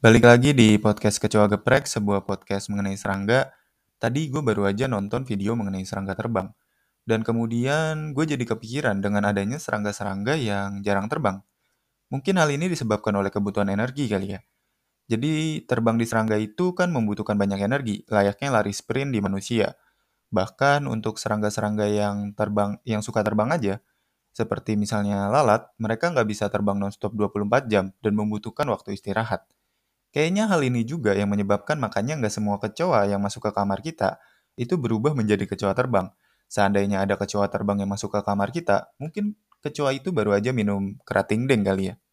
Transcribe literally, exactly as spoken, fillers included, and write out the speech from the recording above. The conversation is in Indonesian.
Balik lagi di podcast Kecoa Geprek, sebuah podcast mengenai serangga. Tadi gue baru aja nonton video mengenai serangga terbang. Dan kemudian gue jadi kepikiran dengan adanya serangga-serangga yang jarang terbang. Mungkin hal ini disebabkan oleh kebutuhan energi kali ya. Jadi terbang di serangga itu kan membutuhkan banyak energi, layaknya lari sprint di manusia. Bahkan untuk serangga-serangga yang terbang yang suka terbang aja, seperti misalnya lalat, mereka nggak bisa terbang nonstop dua puluh empat jam dan membutuhkan waktu istirahat. Kayaknya hal ini juga yang menyebabkan makanya nggak semua kecoa yang masuk ke kamar kita itu berubah menjadi kecoa terbang. Seandainya ada kecoa terbang yang masuk ke kamar kita, mungkin kecoa itu baru aja minum kerating deng kali ya.